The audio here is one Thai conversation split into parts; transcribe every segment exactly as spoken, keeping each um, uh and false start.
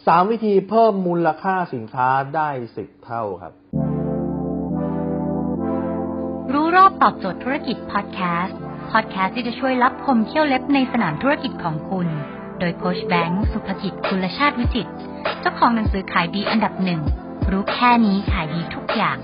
สามวิธีเพิ่มมูลค่าสินค้าได้สิบเท่าครับรู้รอบตอบโจทย์ธุรกิจพอดแคสต์พอดแคสต์ที่จะช่วยลับคมเขี้ยวเล็บในสนามธุรกิจของคุณโดยโค้ชแบงค์สุภกิจกุลชาติวิจิตรเจ้าของหนังสือขายดีอันดับหนึ่งรู้แค่นี้ขายดีทุกอย่าง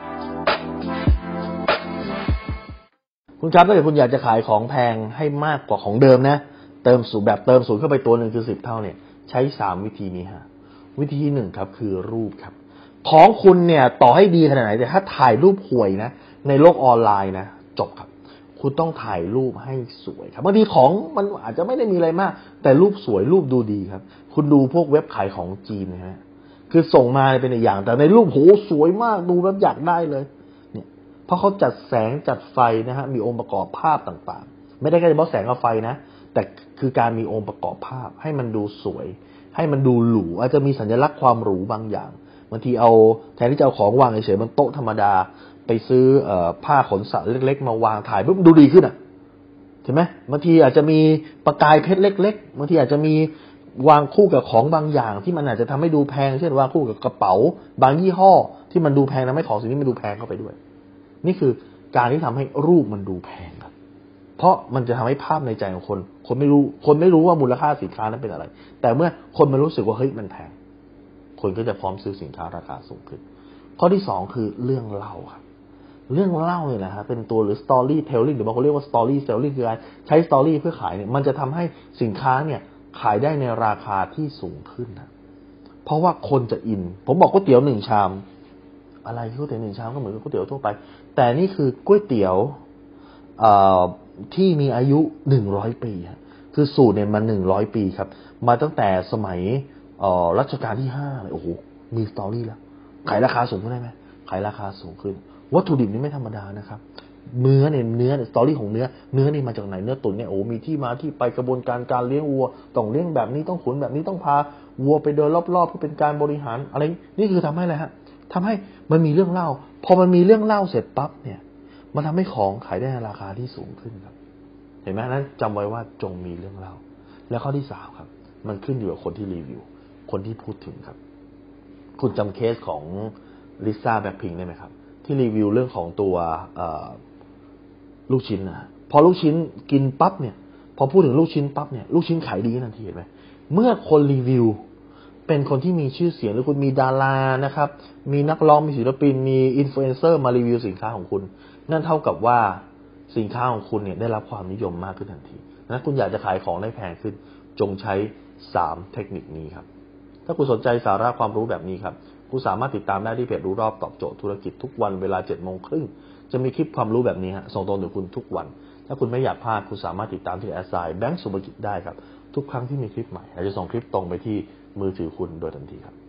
คุณครับถ้าเกิดคุณอยากจะขายของแพงให้มากกว่าของเดิมนะเติมสูตรแบบเติมสูตรเข้าไปตัวหนึ่งคือสิบเท่าเนี่ยใช้สามวิธีนี้ฮะวิธีที่หนึ่งครับคือรูปครับของคุณเนี่ยต่อให้ดีขนาดไหนแต่ถ้าถ่ายรูปห่วยนะในโลกออนไลน์นะจบครับคุณต้องถ่ายรูปให้สวยครับบางทีของมันอาจจะไม่ได้มีอะไรมากแต่รูปสวยรูปดูดีครับคุณดูพวกเว็บขายของจีนนะฮะคือส่งมาเป็นอีกอย่างแต่ในรูปโหสวยมากดูแล้วอยากได้เลยเนี่ยเพราะเขาจัดแสงจัดไฟนะฮะมีองค์ประกอบภาพต่างๆไม่ได้แค่เฉพาะแสงกับไฟนะแต่คือการมีองค์ประกอบภาพให้มันดูสวยให้มันดูหรูอาจจะมีสัญลักษณ์ความหรูบางอย่างบางทีเอาแทนที่จะเอาของวางเฉยๆบนโต๊ะธรรมดาไปซื้อเอ่อผ้าขนสัตว์เล็กๆมาวางถ่ายปุ๊บดูดีขึ้นอ่ะใช่ไหมบางทีอาจจะมีประกายเพชรเล็กๆบางทีอาจจะมีวางคู่กับของบางอย่างที่มันอาจจะทำให้ดูแพงเช่นวางคู่กับกระเป๋าบางยี่ห้อที่มันดูแพงทำให้ของสิ่งนี้มันดูแพงเข้าไปด้วยนี่คือการที่ทำให้รูปมันดูแพงครับเพราะมันจะทำให้ภาพในใจของคนคนไม่รู้คนไม่รู้ว่ามูลค่าสินค้านั้นเป็นอะไรแต่เมื่อคนมันรู้สึกว่าเฮ้ยมันแพงคนก็จะพร้อมซื้อสินค้าราคาสูงขึ้นข้อที่สองคือเรื่องเล่าครับเรื่องเล่าเนี่ยนะฮะเป็นตัวหรือ storytelling หรือบางคนเรียกว่า story selling คือการใช้ story เพื่อขายเนี่ยมันจะทำให้สินค้าเนี่ยขายได้ในราคาที่สูงขึ้นนะเพราะว่าคนจะอินผมบอกก๋วยเตี๋ยวหนึ่งชามอะไรก๋วยเตี๋ยวหนึ่งชามก็เหมือนกับก๋วยเตี๋ยวทั่วไปแต่นี่คือก๋วยเตี๋ยวที่มีอายุหนึ่งร้อยปีคือสูตรเนี่ยมันหนึ่งร้อยปีครับมาตั้งแต่สมัยรัชกาลที่ห้าเลยโอ้โหมีสตอรี่แล้วขายราคาสูงขึ้นได้ไหมขายราคาสูงขึ้นวัตถุดิบนี่ไม่ธรรมดานะครับเนื้อเนี่ยเนื้อสตอรี่ของเนื้อเนื้อนี่มาจากไหนเนื้อตุ๋นเนี่ยโอ้มีที่มาที่ไปกระบวนการการเลี้ยงวัวต้องเลี้ยงแบบนี้ต้องขุนแบบนี้ต้องพาวัวไปเดินรอบๆเพื่อเป็นการบริหารอะไรนี่คือทำให้อะไรฮะทำให้มันมีเรื่องเล่าพอมันมีเรื่องเล่าเสร็จปั๊บเนี่ยมันทำให้ของขายได้ในราคาที่สูงขึ้นครับเห็นไหมนั้นจำไว้ว่าจงมีเรื่องเล่าและข้อที่สามครับมันขึ้นอยู่กับคนที่รีวิวคนที่พูดถึงครับคุณจำเคสของลิซ่าแบล็คพิงค์ได้ไหมครับที่รีวิวเรื่องของตัวลูกชิ้นนะพอลูกชิ้นกินปั๊บเนี่ยพอพูดถึงลูกชิ้นปั๊บเนี่ยลูกชิ้นขายดีทันทีเห็นไหมเมื่อคนรีวิวเป็นคนที่มีชื่อเสียงหรือคุณมีดารานะครับมีนักร้องมีศิลปินมีอินฟลูเอนเซอร์มารีวิวสินค้าของคุณนั่นเท่ากับว่าสินค้าของคุณเนี่ยได้รับความนิยมมากขึ้นทันทีนะคุณอยากจะขายของได้แพงขึ้นจงใช้สามเทคนิคนี้ครับถ้าคุณสนใจสาระความรู้แบบนี้ครับคุณสามารถติดตามได้ที่เพจรู้รอบตอบโจทย์ธุรกิจทุกวันเวลาเจ็ดโมงครึ่งจะมีคลิปความรู้แบบนี้ฮะส่งตรงถึงคุณทุกวันถ้าคุณไม่อยากพลาดคุณสามารถติดตามที่แอสไซน์แบงก์สุภกิจได้ครับทุกครั้งที่มีคลิปใหม่เราจะส่งคลิปตรงไปที่มือถือคุณโดยทันทีครับ